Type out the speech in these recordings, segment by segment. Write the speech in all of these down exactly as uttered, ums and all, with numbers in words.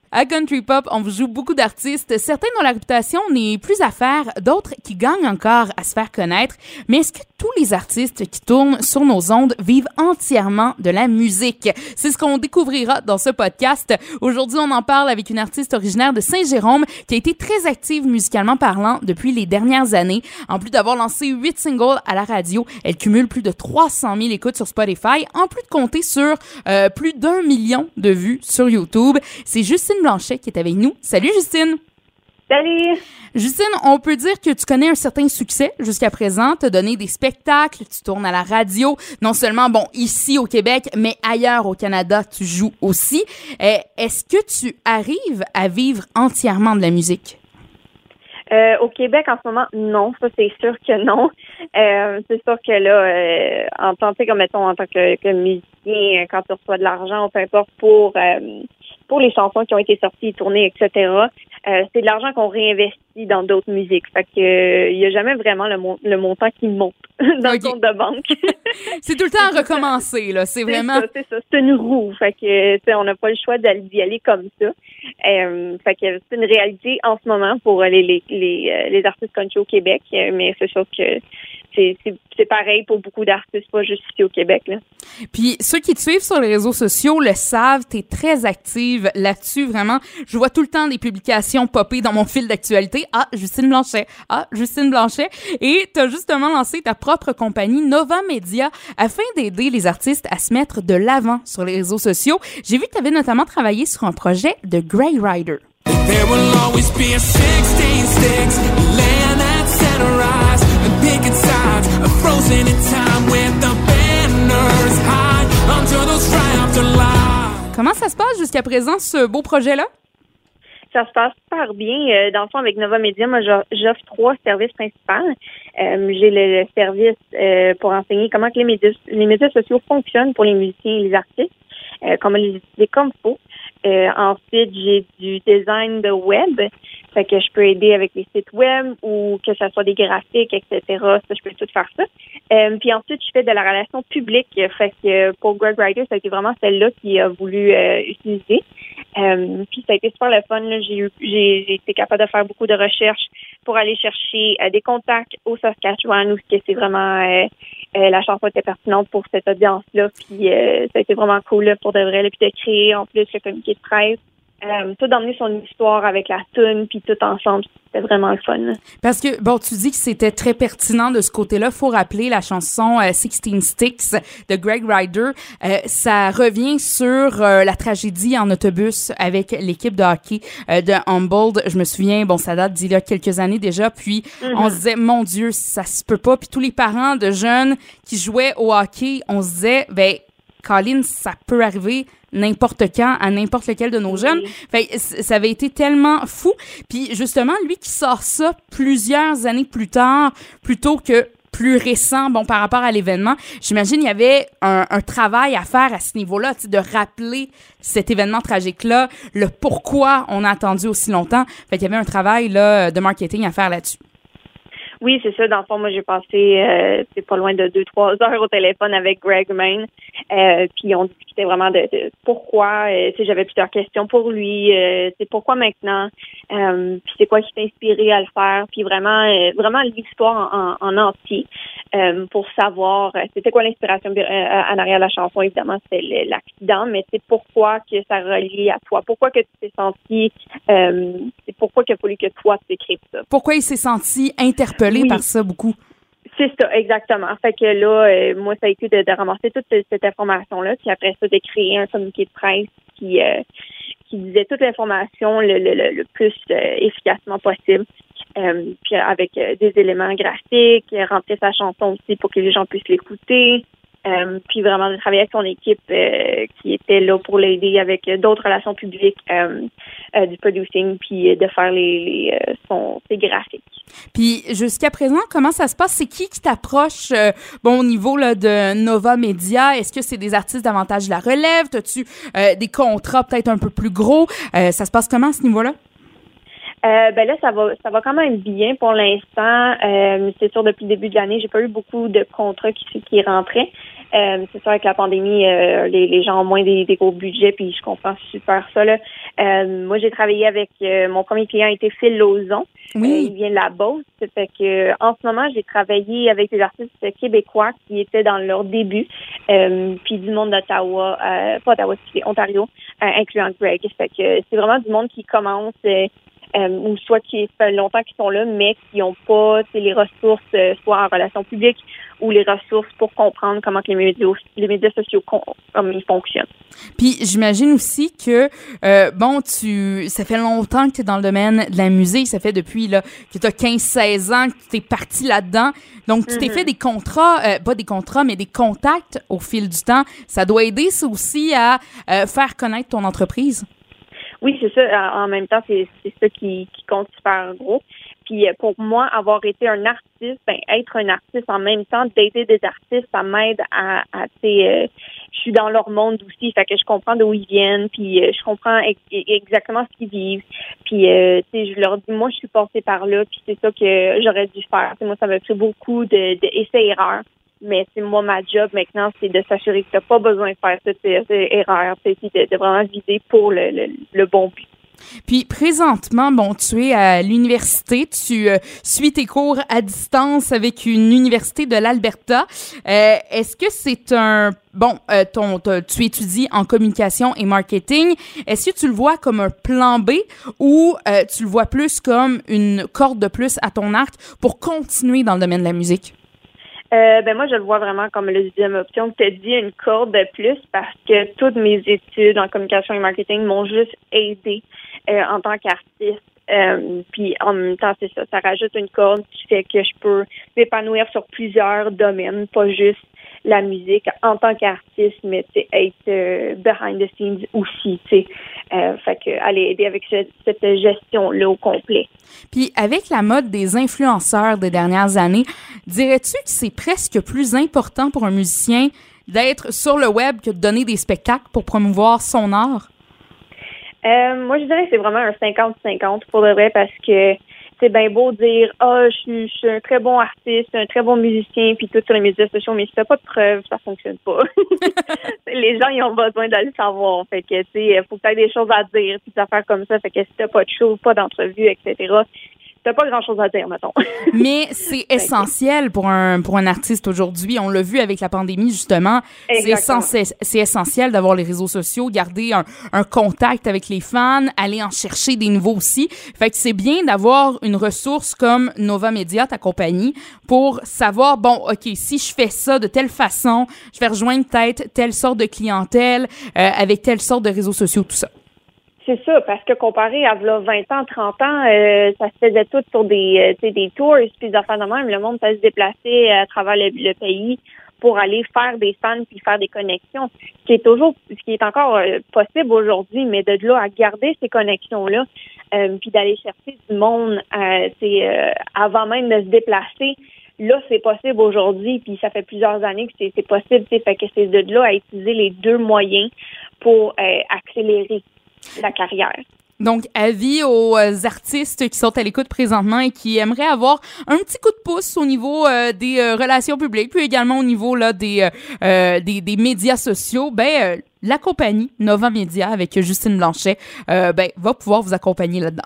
À Country Pop, on vous joue beaucoup d'artistes, certains dont la réputation n'est plus à faire, d'autres qui gagnent encore à se faire connaître. Mais est-ce que tous les artistes qui tournent sur nos ondes vivent entièrement de la musique? C'est ce qu'on découvrira dans ce podcast. Aujourd'hui, on en parle avec une artiste originaire de Saint-Jérôme qui a été très active musicalement parlant depuis les dernières années. En plus d'avoir lancé huit singles à la radio, elle cumule plus de trois cent mille écoutes sur Spotify, en plus de compter sur euh, plus d'un million de vues sur YouTube. C'est Justine Blanchet qui est avec nous. Salut Justine! Salut! Justine, on peut dire que tu connais un certain succès jusqu'à présent. Tu as donné des spectacles, tu tournes à la radio, non seulement bon ici au Québec, mais ailleurs au Canada, tu joues aussi. Euh, est-ce que tu arrives à vivre entièrement de la musique? Euh, au Québec, en ce moment, non. Ça, c'est sûr que non. Euh, c'est sûr que là, euh, en tant que, comme mettons, en tant que, que musicien, quand tu reçois de l'argent, peu importe, pour euh, pour les chansons qui ont été sorties, tournées, et cetera, euh, c'est de l'argent qu'on réinvestit dans d'autres musiques. Fait que il euh, y a jamais vraiment le, mon- le montant qui monte dans okay. le compte de banque. C'est tout le temps à recommencer, là. C'est, c'est vraiment... Ça, c'est ça. C'est une roue. Fait que, tu sais, on n'a pas le choix d'y aller comme ça. Euh, fait que c'est une réalité en ce moment pour les les les, les artistes country au Québec, mais c'est sûr que c'est, c'est, c'est pareil pour beaucoup d'artistes, pas juste ici au Québec, là. Puis ceux qui te suivent sur les réseaux sociaux le savent, t'es très active là-dessus, vraiment. Je vois tout le temps des publications popper dans mon fil d'actualité. Ah, Justine Blanchet. Ah, Justine Blanchet. Et t'as justement lancé ta propre compagnie, Nova Media, afin d'aider les artistes à se mettre de l'avant sur les réseaux sociaux. J'ai vu que t'avais notamment travaillé sur un projet de Grey Rider. There will always be a sixteen sticks, land at center rise, and picking sides, frozen in time with the banners high, until those triumphs are live. Comment ça se passe jusqu'à présent, ce beau projet-là? Ça se passe super bien. Dans le fond, avec Nova Media, moi, j'offre trois services principaux. Euh, j'ai le, le service euh, pour enseigner comment que les médias, les médias sociaux fonctionnent pour les musiciens et les artistes, euh, comment les utiliser comme il faut. Euh, ensuite, j'ai du design de web, fait que je peux aider avec les sites web ou que ce soit des graphiques, et cetera. Ça, je peux tout faire ça. Euh, puis ensuite, je fais de la relation publique, fait que pour Greg Rider, ça a été vraiment celle-là qui a voulu euh, utiliser. Euh, puis ça a été super le fun. Là. J'ai, eu, j'ai, j'ai été capable de faire beaucoup de recherches pour aller chercher euh, des contacts au Saskatchewan où c'est vraiment euh, euh, la chanson était pertinente pour cette audience-là. Puis euh, ça a été vraiment cool là, pour de vrai. Là, puis de créer en plus le communiqué de presse. Euh, tout d'emmener son histoire avec la tune puis tout ensemble, c'était vraiment le fun. Parce que, bon, tu dis que c'était très pertinent de ce côté-là. Faut rappeler la chanson euh, sixteen Sticks de Greg Rider. Euh, ça revient sur euh, la tragédie en autobus avec l'équipe de hockey euh, de Humboldt. Je me souviens, bon, ça date d'il y a quelques années déjà. Puis, mm-hmm. on se disait, mon Dieu, ça se peut pas. Puis tous les parents de jeunes qui jouaient au hockey, on se disait, ben, Colin, ça peut arriver n'importe quand, à n'importe lequel de nos jeunes. Oui. Fait, ça avait été tellement fou. Puis justement, lui qui sort ça plusieurs années plus tard, plutôt que plus récent, bon, par rapport à l'événement, j'imagine il y avait un, un travail à faire à ce niveau-là, de rappeler cet événement tragique-là, le pourquoi on a attendu aussi longtemps. Fait qu'il y avait un travail là, de marketing à faire là-dessus. Oui, c'est ça. Dans le fond, moi, j'ai passé euh, c'est pas loin de deux, trois heures au téléphone avec Greg Main. Euh, puis on discutait vraiment de, de pourquoi. Euh, j'avais plusieurs questions pour lui. Euh, c'est pourquoi maintenant. Euh, puis c'est quoi qui t'a inspiré à le faire. Puis vraiment, euh, vraiment l'histoire en, en, en entier euh, pour savoir euh, c'était quoi l'inspiration euh, en arrière de la chanson. Évidemment, c'était l'accident, mais c'est pourquoi que ça relie à toi. Pourquoi que tu t'es senti. Euh, c'est pourquoi qu'il a fallu que toi tu écrives ça. Pourquoi il s'est senti interpellé. Oui. Par ça beaucoup. C'est ça, exactement. Fait que là, euh, moi, ça a été de, de ramasser toute cette information-là, puis après ça, de créer un communiqué de presse qui, euh, qui disait toute l'information le, le, le, le plus euh, efficacement possible. Euh, puis avec euh, des éléments graphiques, remplir sa chanson aussi pour que les gens puissent l'écouter. Euh, puis vraiment de travailler avec son équipe euh, qui était là pour l'aider avec euh, d'autres relations publiques, euh, euh, du producing, puis de faire les, les euh, son, ses graphiques. Puis jusqu'à présent, comment ça se passe? C'est qui qui t'approche euh, bon, au niveau là, de Nova Media? Est-ce que c'est des artistes davantage de la relève? As-tu euh, des contrats peut-être un peu plus gros? Euh, ça se passe comment à ce niveau-là? Euh, ben là, ça va, ça va quand même bien pour l'instant. Euh, c'est sûr, depuis le début de l'année, j'ai pas eu beaucoup de contrats qui, qui rentraient. Euh, c'est sûr, avec la pandémie, euh, les, les gens ont moins des, des gros budgets, puis je comprends super ça, là. Euh, moi, j'ai travaillé avec, euh, mon premier client a été Phil Lauzon. Oui. Euh, il vient de la Beauce. Ça fait que, en ce moment, j'ai travaillé avec des artistes québécois qui étaient dans leur début, euh, puis du monde d'Ottawa, euh, pas Ottawa, c'est Ontario, euh, incluant Greg. Ça fait que c'est vraiment du monde qui commence, euh, euh, ou soit qui fait longtemps qu'ils sont là, mais qui n'ont pas les ressources, euh, soit en relations publiques ou les ressources pour comprendre comment que les médias, les médias sociaux comme ils fonctionnent. Puis j'imagine aussi que euh, bon, tu ça fait longtemps que tu es dans le domaine de la musique, ça fait depuis là que tu as quinze seize ans que tu es parti là-dedans. Donc tu mm-hmm. t'es fait des contrats, euh, pas des contrats mais des contacts au fil du temps. Ça doit aider ça aussi à euh, faire connaître ton entreprise. Oui, c'est ça. En même temps, c'est, c'est ça qui, qui compte super gros. Puis pour moi, avoir été un artiste, ben être un artiste en même temps, d'aider des artistes, ça m'aide à, à tu sais, euh, je suis dans leur monde aussi, fait que je comprends d'où ils viennent, puis euh, je comprends ex- exactement ce qu'ils vivent. Puis euh, tu sais, je leur dis, moi, je suis passée par là, puis c'est ça que j'aurais dû faire. T'sais, moi, ça m'a pris beaucoup de, de essais-erreurs. Mais c'est moi, ma job maintenant, c'est de s'assurer que tu n'as pas besoin de faire toutes ces, ces erreurs, c'est de, de vraiment viser pour le, le, le bon but. Puis présentement, bon, tu es à l'université, tu euh, suis tes cours à distance avec une université de l'Alberta. Euh, est-ce que c'est un bon, euh, ton, ton, tu étudies en communication et marketing. Est-ce que tu le vois comme un plan B ou euh, tu le vois plus comme une corde de plus à ton arc pour continuer dans le domaine de la musique? Euh, ben moi, je le vois vraiment comme la deuxième option. Tu as dit une corde de plus parce que toutes mes études en communication et marketing m'ont juste aidé euh, en tant qu'artiste. Euh, puis en même temps, c'est ça, ça rajoute une corde qui fait que je peux m'épanouir sur plusieurs domaines, pas juste la musique en tant qu'artiste, mais tu sais, être euh, behind the scenes aussi, tu sais. Euh, fait que aller aider avec ce, cette gestion-là au complet. Puis avec la mode des influenceurs des dernières années, dirais-tu que c'est presque plus important pour un musicien d'être sur le web que de donner des spectacles pour promouvoir son art? Euh, moi, je dirais que c'est vraiment un cinquante cinquante pour de vrai parce que c'est bien beau dire « Ah, oh, je suis, je suis un très bon artiste, un très bon musicien, puis tout sur les médias sociaux, mais si t'as pas de preuves, ça fonctionne pas. » Les gens, ils ont besoin de le savoir. Fait que, tu sais, faut que t'aies des choses à dire, puis des affaires comme ça. Fait que si t'as pas de show, pas d'entrevue, et cetera, t'as pas grand-chose à dire, mettons. Mais c'est essentiel pour un pour un artiste aujourd'hui. On l'a vu avec la pandémie, justement. C'est, essentiel, c'est essentiel d'avoir les réseaux sociaux, garder un, un contact avec les fans, aller en chercher des nouveaux aussi. Fait que c'est bien d'avoir une ressource comme Nova Media, ta compagnie, pour savoir, bon, OK, si je fais ça de telle façon, je vais rejoindre peut-être telle sorte de clientèle euh, avec telle sorte de réseaux sociaux, tout ça. C'est ça, parce que comparé à là, vingt ans, trente ans, euh, ça se faisait tout sur des, euh, des tours, puis des affaires de même. Le monde peut se déplacer à travers le, le pays pour aller faire des fans puis faire des connexions. Ce qui est toujours, ce qui est encore euh, possible aujourd'hui, mais de là à garder ces connexions-là, euh, puis d'aller chercher du monde euh, euh, avant même de se déplacer. Là, c'est possible aujourd'hui, puis ça fait plusieurs années que c'est, c'est possible. Fait que c'est de là à utiliser les deux moyens pour euh, accélérer la carrière. Donc, avis aux artistes qui sont à l'écoute présentement et qui aimeraient avoir un petit coup de pouce au niveau euh, des euh, relations publiques, puis également au niveau là des euh, des, des médias sociaux, ben euh, la compagnie Nova Media avec Justine Blanchet, euh, ben va pouvoir vous accompagner là-dedans.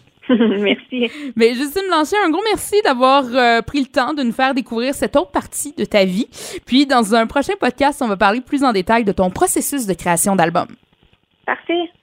Merci. Mais Justine Blanchet, un gros merci d'avoir euh, pris le temps de nous faire découvrir cette autre partie de ta vie. Puis, dans un prochain podcast, on va parler plus en détail de ton processus de création d'album. Parfait.